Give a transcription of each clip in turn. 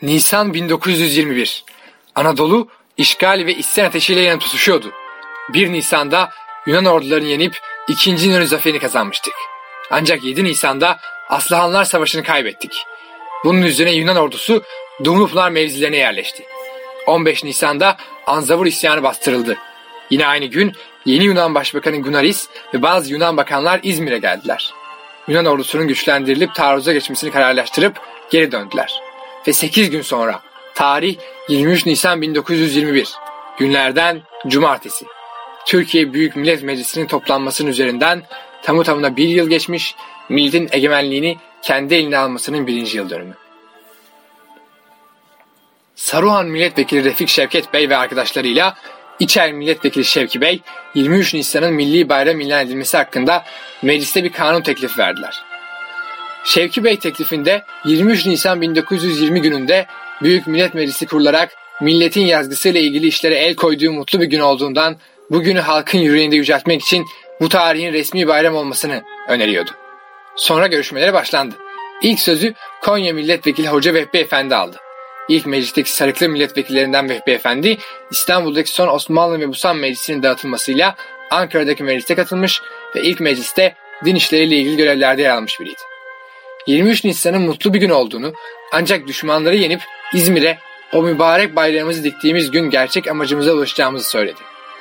Nisan 1921. Anadolu işgal ve isyan ateşiyle yanıp tutuşuyordu. 1 Nisan'da Yunan ordularını yenip 2. İnönü zaferini kazanmıştık. Ancak 7 Nisan'da Aslıhanlar Savaşı'nı kaybettik. Bunun üzerine Yunan ordusu Dumlupınar mevzilerine yerleşti. 15 Nisan'da Anzavur isyanı bastırıldı. Yine aynı gün yeni Yunan Başbakanı Gunaris ve bazı Yunan bakanlar İzmir'e geldiler. Yunan ordusunun güçlendirilip taarruza geçmesini kararlaştırıp geri döndüler. Ve 8 gün sonra tarih 23 Nisan 1921 günlerden cumartesi. Türkiye Büyük Millet Meclisi'nin toplanmasının üzerinden tamı tamına 1 yıl geçmiş, milletin egemenliğini kendi eline almasının 1. yıl dönümü. Saruhan Milletvekili Refik Şevket Bey ve arkadaşlarıyla İçer Milletvekili Şevki Bey 23 Nisan'ın milli bayram ilan edilmesi hakkında mecliste bir kanun teklifi verdiler. Şevki Bey teklifinde 23 Nisan 1920 gününde Büyük Millet Meclisi kurularak milletin yazgısıyla ilgili işlere el koyduğu mutlu bir gün olduğundan bu günü halkın yüreğinde yüceltmek için bu tarihin resmi bayram olmasını öneriyordu. Sonra görüşmelere başlandı. İlk sözü Konya Milletvekili Hoca Vehbi Efendi aldı. İlk meclisteki Sarıklı milletvekillerinden Vehbi Efendi, İstanbul'daki son Osmanlı Mebusan Meclisi'nin dağıtılmasıyla Ankara'daki meclise katılmış ve ilk mecliste din işleriyle ilgili görevlerde yer almış biriydi. 23 Nisan'ın mutlu bir gün olduğunu, ancak düşmanları yenip İzmir'e o mübarek bayrağımızı diktiğimiz gün gerçek amacımıza ulaşacağımızı söyledi.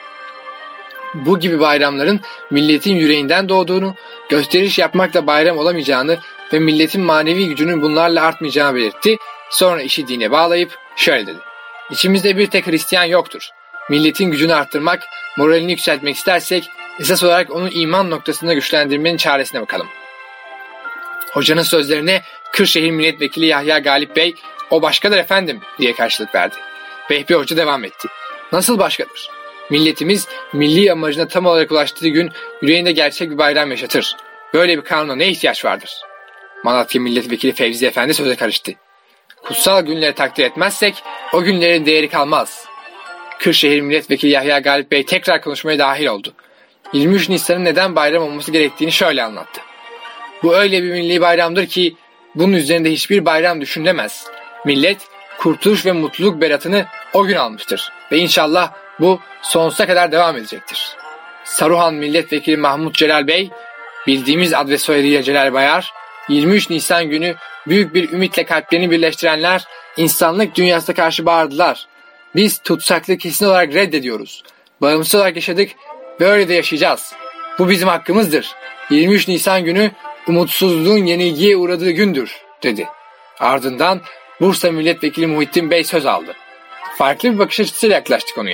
Bu gibi bayramların milletin yüreğinden doğduğunu, gösteriş yapmakla bayram olamayacağını ve milletin manevi gücünün bunlarla artmayacağını belirtti. Sonra işi dine bağlayıp şöyle dedi. İçimizde bir tek Hristiyan yoktur. Milletin gücünü arttırmak, moralini yükseltmek istersek esas olarak onu iman noktasında güçlendirmenin çaresine bakalım. Hocanın sözlerine Kırşehir Milletvekili Yahya Galip Bey, o başkadır efendim diye karşılık verdi. Vehbi Hoca devam etti. Nasıl başkadır? Milletimiz milli amacına tam olarak ulaştığı gün yüreğinde gerçek bir bayram yaşatır. Böyle bir kanuna ne ihtiyaç vardır? Malatya Milletvekili Fevzi Efendi söze karıştı. Kutsal günleri takdir etmezsek o günlerin değeri kalmaz. Kırşehir Milletvekili Yahya Galip Bey tekrar konuşmaya dahil oldu. 23 Nisan'ın neden bayram olması gerektiğini şöyle anlattı. Bu öyle bir milli bayramdır ki bunun üzerinde hiçbir bayram düşünülemez. Millet kurtuluş ve mutluluk beratını o gün almıştır ve inşallah bu sonsuza kadar devam edecektir. Saruhan Milletvekili Mahmut Celal Bey, bildiğimiz ad ve soyadıyla Celal Bayar, 23 Nisan günü büyük bir ümitle kalplerini birleştirenler insanlık dünyasına karşı bağırdılar. Biz tutsaklığı kesin olarak reddediyoruz. Bağımsız olarak yaşadık ve öyle de yaşayacağız. Bu bizim hakkımızdır. 23 Nisan günü umutsuzluğun yenilgiye uğradığı gündür, dedi. Ardından Bursa Milletvekili Muhittin Bey söz aldı. Farklı bir bakış açısıyla yaklaştı konuya.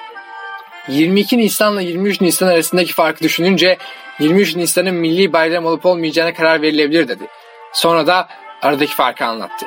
22 Nisan'la 23 Nisan arasındaki farkı düşününce 23 Nisan'ın milli bayram olup olmayacağına karar verilebilir dedi. Sonra da aradaki farkı anlattı.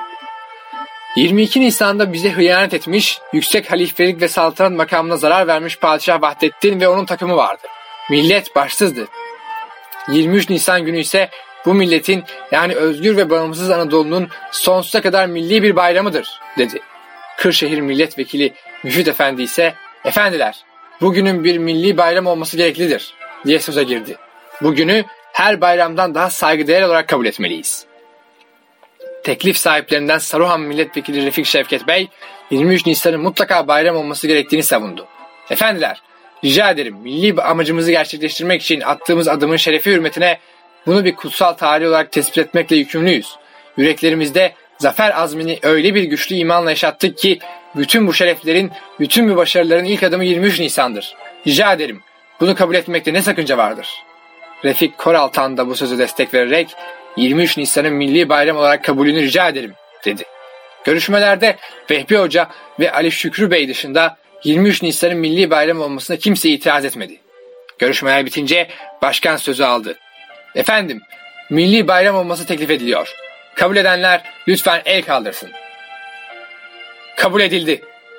22 Nisan'da bize hıyanet etmiş, yüksek halifelik ve saltanat makamına zarar vermiş Padişah Vahdettin ve onun takımı vardı. Millet başsızdı. 23 Nisan günü ise bu milletin, yani özgür ve bağımsız Anadolu'nun sonsuza kadar milli bir bayramıdır, dedi. Kırşehir Milletvekili Müfit Efendi ise, efendiler, bugünün bir milli bayram olması gereklidir, diye söze girdi. Bugünü her bayramdan daha saygıdeğer olarak kabul etmeliyiz. Teklif sahiplerinden Saruhan Milletvekili Refik Şevket Bey, 23 Nisan'ın mutlaka bayram olması gerektiğini savundu. Efendiler, rica ederim, milli amacımızı gerçekleştirmek için attığımız adımın şerefi hürmetine bunu bir kutsal tarih olarak tespit etmekle yükümlüyüz. Yüreklerimizde zafer azmini öyle bir güçlü imanla yaşattık ki bütün bu şereflerin, bütün bu başarıların ilk adımı 23 Nisan'dır. Rica ederim, bunu kabul etmekte ne sakınca vardır? Refik Koraltan da bu söze destek vererek 23 Nisan'ın milli bayram olarak kabulünü rica ederim, dedi. Görüşmelerde Vehbi Hoca ve Ali Şükrü Bey dışında 23 Nisan'ın milli bayram olmasına kimse itiraz etmedi. Görüşmeler bitince başkan sözü aldı. Efendim, milli bayram olması teklif ediliyor. Kabul edenler lütfen el kaldırsın. Kabul edildi.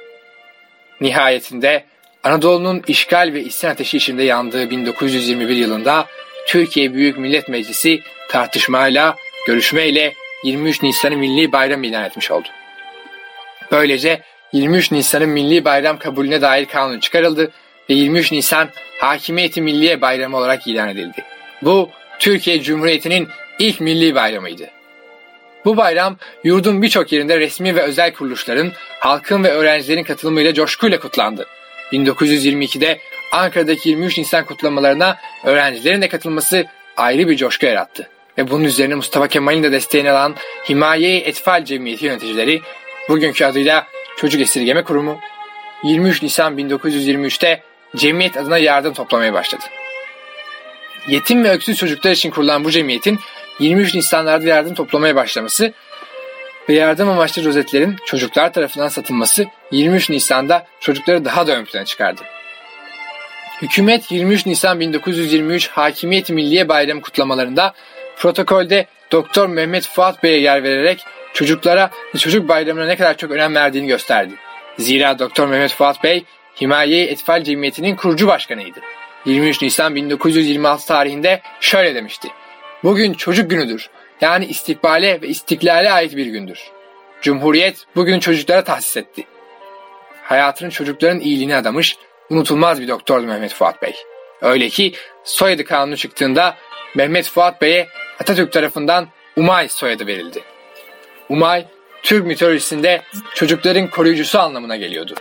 Nihayetinde Anadolu'nun işgal ve isyan ateşi içinde yandığı 1921 yılında Türkiye Büyük Millet Meclisi tartışmayla, görüşmeyle 23 Nisan'ı milli bayram ilan etmiş oldu. Böylece 23 Nisan'ın milli bayram kabulüne dair kanun çıkarıldı ve 23 Nisan Hakimiyeti Milliye Bayramı olarak ilan edildi. Bu Türkiye Cumhuriyeti'nin ilk milli bayramıydı. Bu bayram yurdun birçok yerinde resmi ve özel kuruluşların, halkın ve öğrencilerin katılımıyla coşkuyla kutlandı. 1922'de Ankara'daki 23 Nisan kutlamalarına öğrencilerin de katılması ayrı bir coşku yarattı. Ve bunun üzerine Mustafa Kemal'in de desteğini alan Himaye-i Etfal Cemiyeti yöneticileri, bugünkü adıyla Çocuk Esirgeme Kurumu, 23 Nisan 1923'te cemiyet adına yardım toplamaya başladı. Yetim ve öksüz çocuklar için kurulan bu cemiyetin 23 Nisanlarda yardım toplamaya başlaması ve yardım amaçlı rozetlerin çocuklar tarafından satılması 23 Nisan'da çocukları daha da ön plana çıkardı. Hükümet 23 Nisan 1923 Hakimiyet Milliye Bayramı kutlamalarında protokolde Doktor Mehmet Fuat Bey'e yer vererek çocuklara ve çocuk bayramına ne kadar çok önem verdiğini gösterdi. Zira Doktor Mehmet Fuat Bey, Himaye-i Etfal Cemiyeti'nin kurucu başkanıydı. 23 Nisan 1926 tarihinde şöyle demişti: "Bugün çocuk günüdür. Yani istikbale ve istiklale ait bir gündür. Cumhuriyet bugün çocuklara tahsis etti." Hayatını çocukların iyiliğine adamış, unutulmaz bir doktordu Mehmet Fuat Bey. Öyle ki soyadı kanunu çıktığında Mehmet Fuat Bey'e Atatürk tarafından Umay soyadı verildi. Umay, Türk mitolojisinde çocukların koruyucusu anlamına geliyordu.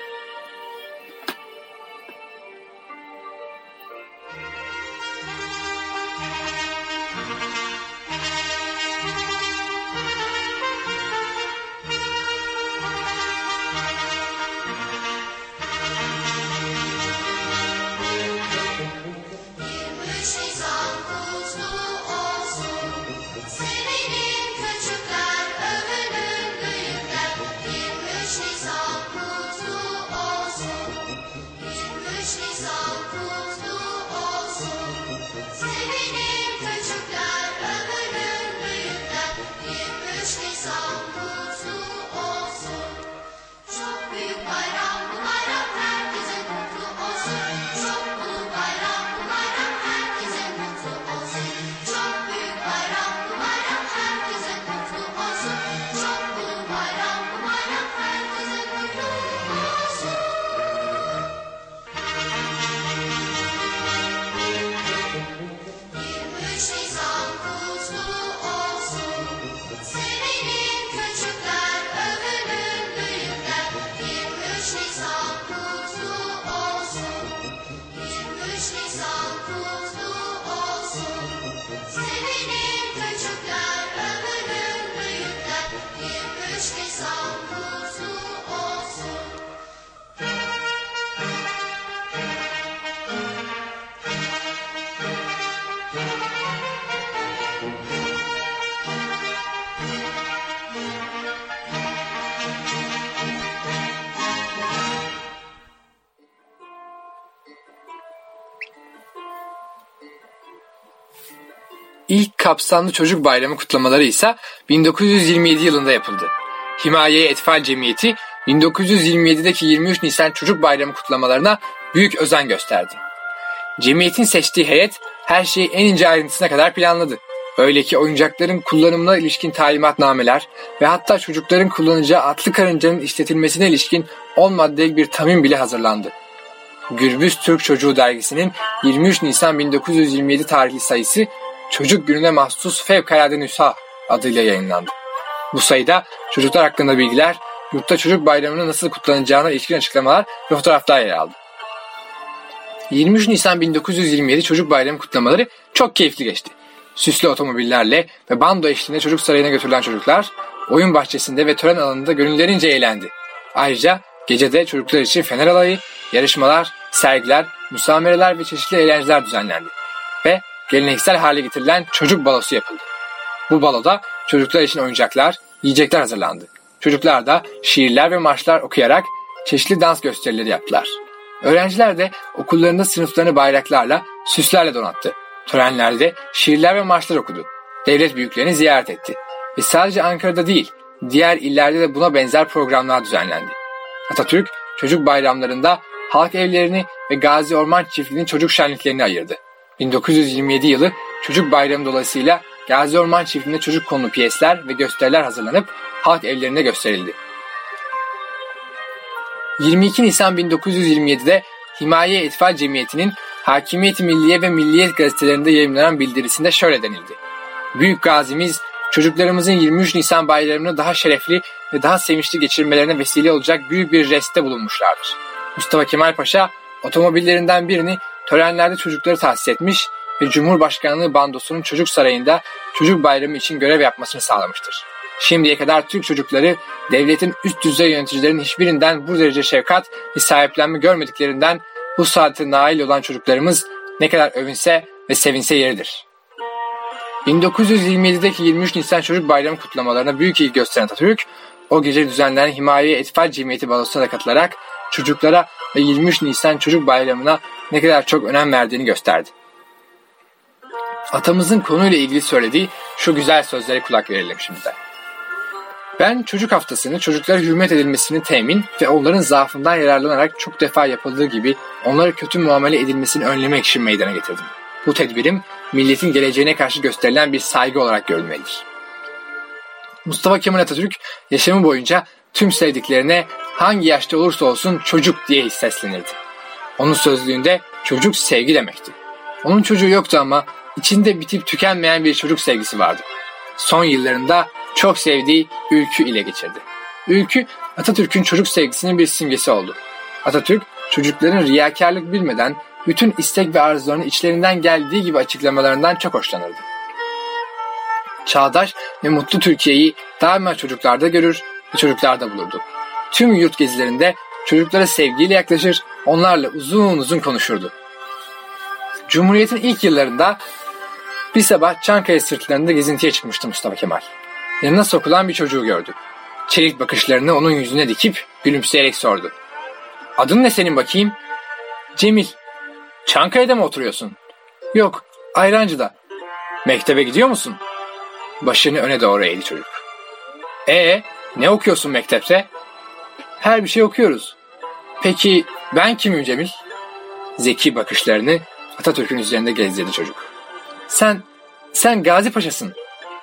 İlk kapsamlı çocuk bayramı kutlamaları ise 1927 yılında yapıldı. Himaye-i Etfal Cemiyeti 1927'deki 23 Nisan Çocuk Bayramı kutlamalarına büyük özen gösterdi. Cemiyetin seçtiği heyet her şeyi en ince ayrıntısına kadar planladı. Öyle ki oyuncakların kullanımına ilişkin talimatnameler ve hatta çocukların kullanacağı atlı karıncanın işletilmesine ilişkin 10 maddelik bir tamim bile hazırlandı. Gürbüz Türk Çocuğu dergisinin 23 Nisan 1927 tarihli sayısı Çocuk Günü'ne mahsus Fevkalade Nüsha adıyla yayınlandı. Bu sayıda çocuklar hakkında bilgiler, yurtta çocuk bayramının nasıl kutlanacağına ilişkin açıklamalar ve fotoğraflar yer aldı. 23 Nisan 1927 Çocuk Bayramı kutlamaları çok keyifli geçti. Süslü otomobillerle ve bando eşliğinde çocuk sarayına götürülen çocuklar, oyun bahçesinde ve tören alanında gönüllerince eğlendi. Ayrıca gecede çocuklar için fener alayı, yarışmalar, sergiler, müsamereler ve çeşitli eğlenceler düzenlendi. Ve geleneksel hale getirilen çocuk balosu yapıldı. Bu baloda çocuklar için oyuncaklar, yiyecekler hazırlandı. Çocuklar da şiirler ve marşlar okuyarak çeşitli dans gösterileri yaptılar. Öğrenciler de okullarında sınıflarını bayraklarla, süslerle donattı. Törenlerde şiirler ve marşlar okudu. Devlet büyüklerini ziyaret etti. Ve sadece Ankara'da değil, diğer illerde de buna benzer programlar düzenlendi. Atatürk, çocuk bayramlarında halk evlerini ve Gazi Orman Çiftliği'nin çocuk şenliklerini ayırdı. 1927 yılı Çocuk Bayramı dolayısıyla Gazi Orman Çiftliği'nde çocuk konulu piyesler ve gösteriler hazırlanıp halk evlerinde gösterildi. 22 Nisan 1927'de Himaye-i Etfal Cemiyeti'nin Hakimiyet-i Milliye ve Milliyet gazetelerinde yayımlanan bildirisinde şöyle denildi: "Büyük gazimiz çocuklarımızın 23 Nisan bayramını daha şerefli ve daha sevinçli geçirmelerine vesile olacak büyük bir reste bulunmuşlardır. Mustafa Kemal Paşa otomobillerinden birini törenlerde çocukları tahsis etmiş ve Cumhurbaşkanlığı bandosunun çocuk sarayında çocuk bayramı için görev yapmasını sağlamıştır. Şimdiye kadar Türk çocukları devletin üst düzey yöneticilerinin hiçbirinden bu derece şefkat ve sahiplenme görmediklerinden bu saadete nail olan çocuklarımız ne kadar övünse ve sevinse yeridir. 1927'deki 23 Nisan Çocuk Bayramı kutlamalarına büyük ilgi gösteren Atatürk, o gece düzenlenen Himaye Etfal Cemiyeti balosuna da katılarak çocuklara ve 23 Nisan Çocuk Bayramı'na ne kadar çok önem verdiğini gösterdi. Atamızın konuyla ilgili söylediği şu güzel sözlere kulak verelim şimdi de. Ben çocuk haftasını çocuklara hürmet edilmesini temin ve onların zaafından yararlanarak çok defa yapıldığı gibi onlara kötü muamele edilmesini önlemek için meydana getirdim. Bu tedbirim milletin geleceğine karşı gösterilen bir saygı olarak görülmelidir. Mustafa Kemal Atatürk yaşamı boyunca tüm sevdiklerine hangi yaşta olursa olsun çocuk diye seslenirdi. Onun sözlüğünde çocuk sevgi demekti. Onun çocuğu yoktu ama içinde bitip tükenmeyen bir çocuk sevgisi vardı. Son yıllarında çok sevdiği Ülkü ile geçirdi. Ülkü, Atatürk'ün çocuk sevgisinin bir simgesi oldu. Atatürk, çocukların riyakarlık bilmeden bütün istek ve arzularını içlerinden geldiği gibi açıklamalarından çok hoşlanırdı. Çağdaş ve mutlu Türkiye'yi daima çocuklarda görür ve çocuklarda bulurdu. Tüm yurt gezilerinde çocuklara sevgiyle yaklaşır, onlarla uzun uzun konuşurdu. Cumhuriyet'in ilk yıllarında bir sabah Çankaya sırtlarında gezintiye çıkmıştı Mustafa Kemal. Yanına sokulan bir çocuğu gördü. Çelik bakışlarını onun yüzüne dikip gülümseyerek sordu. "Adın ne senin bakayım?" "Cemil." "Çankaya'da mı oturuyorsun?" "Yok, Ayrancı'da." "Mektebe gidiyor musun?" Başını öne doğru eğdi çocuk. Ne okuyorsun mektepte?" "Her bir şey okuyoruz." "Peki ben kimim Cemil?" Zeki bakışlarını Atatürk'ün üzerinde gezdirdi çocuk. Sen Gazi Paşa'sın."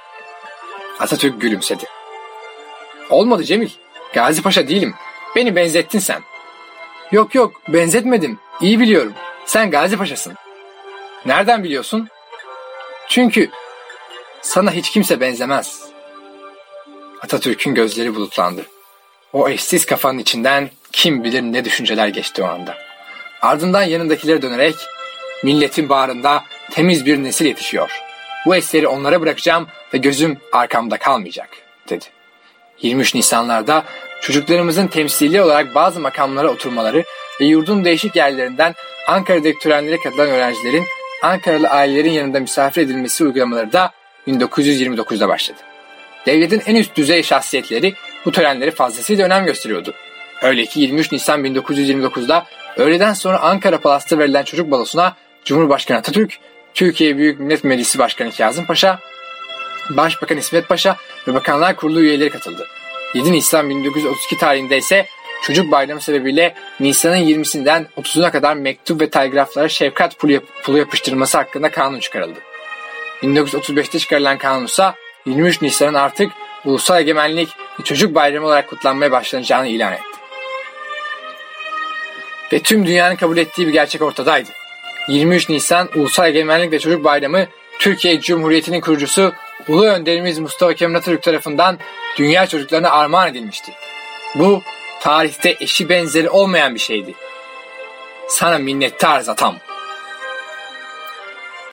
Atatürk gülümsedi. "Olmadı Cemil. Gazi Paşa değilim. Beni benzettin sen." Yok, benzetmedim. İyi biliyorum. Sen Gazi Paşa'sın." "Nereden biliyorsun?" "Çünkü sana hiç kimse benzemez." Atatürk'ün gözleri bulutlandı. O eşsiz kafanın içinden kim bilir ne düşünceler geçti o anda. Ardından yanındakilere dönerek, "Milletin bağrında temiz bir nesil yetişiyor. Bu eseri onlara bırakacağım ve gözüm arkamda kalmayacak," dedi. 23 Nisanlarda çocuklarımızın temsili olarak bazı makamlara oturmaları ve yurdun değişik yerlerinden Ankara'daki törenlere katılan öğrencilerin Ankaralı ailelerin yanında misafir edilmesi uygulamaları da 1929'da başladı. Devletin en üst düzey şahsiyetleri bu törenlere fazlasıyla önem gösteriyordu. Öyle ki 23 Nisan 1929'da öğleden sonra Ankara Palas'ta verilen çocuk balosuna Cumhurbaşkanı Atatürk, Türkiye Büyük Millet Meclisi Başkanı Kazım Paşa, Başbakan İsmet Paşa ve Bakanlar Kurulu üyeleri katıldı. 7 Nisan 1932 tarihinde ise Çocuk Bayramı sebebiyle Nisan'ın 20'sinden 30'una kadar mektup ve telgraflara şefkat pulu yapıştırılması hakkında kanun çıkarıldı. 1935'te çıkarılan kanunsa 23 Nisan'ın artık Ulusal Egemenlik ve Çocuk Bayramı olarak kutlanmaya başlanacağını ilan etti. Ve tüm dünyanın kabul ettiği bir gerçek ortadaydı. 23 Nisan Ulusal Egemenlik ve Çocuk Bayramı, Türkiye Cumhuriyeti'nin kurucusu Ulu Önderimiz Mustafa Kemal Atatürk tarafından dünya çocuklarına armağan edilmişti. Bu, tarihte eşi benzeri olmayan bir şeydi. Sana minnettarız atam.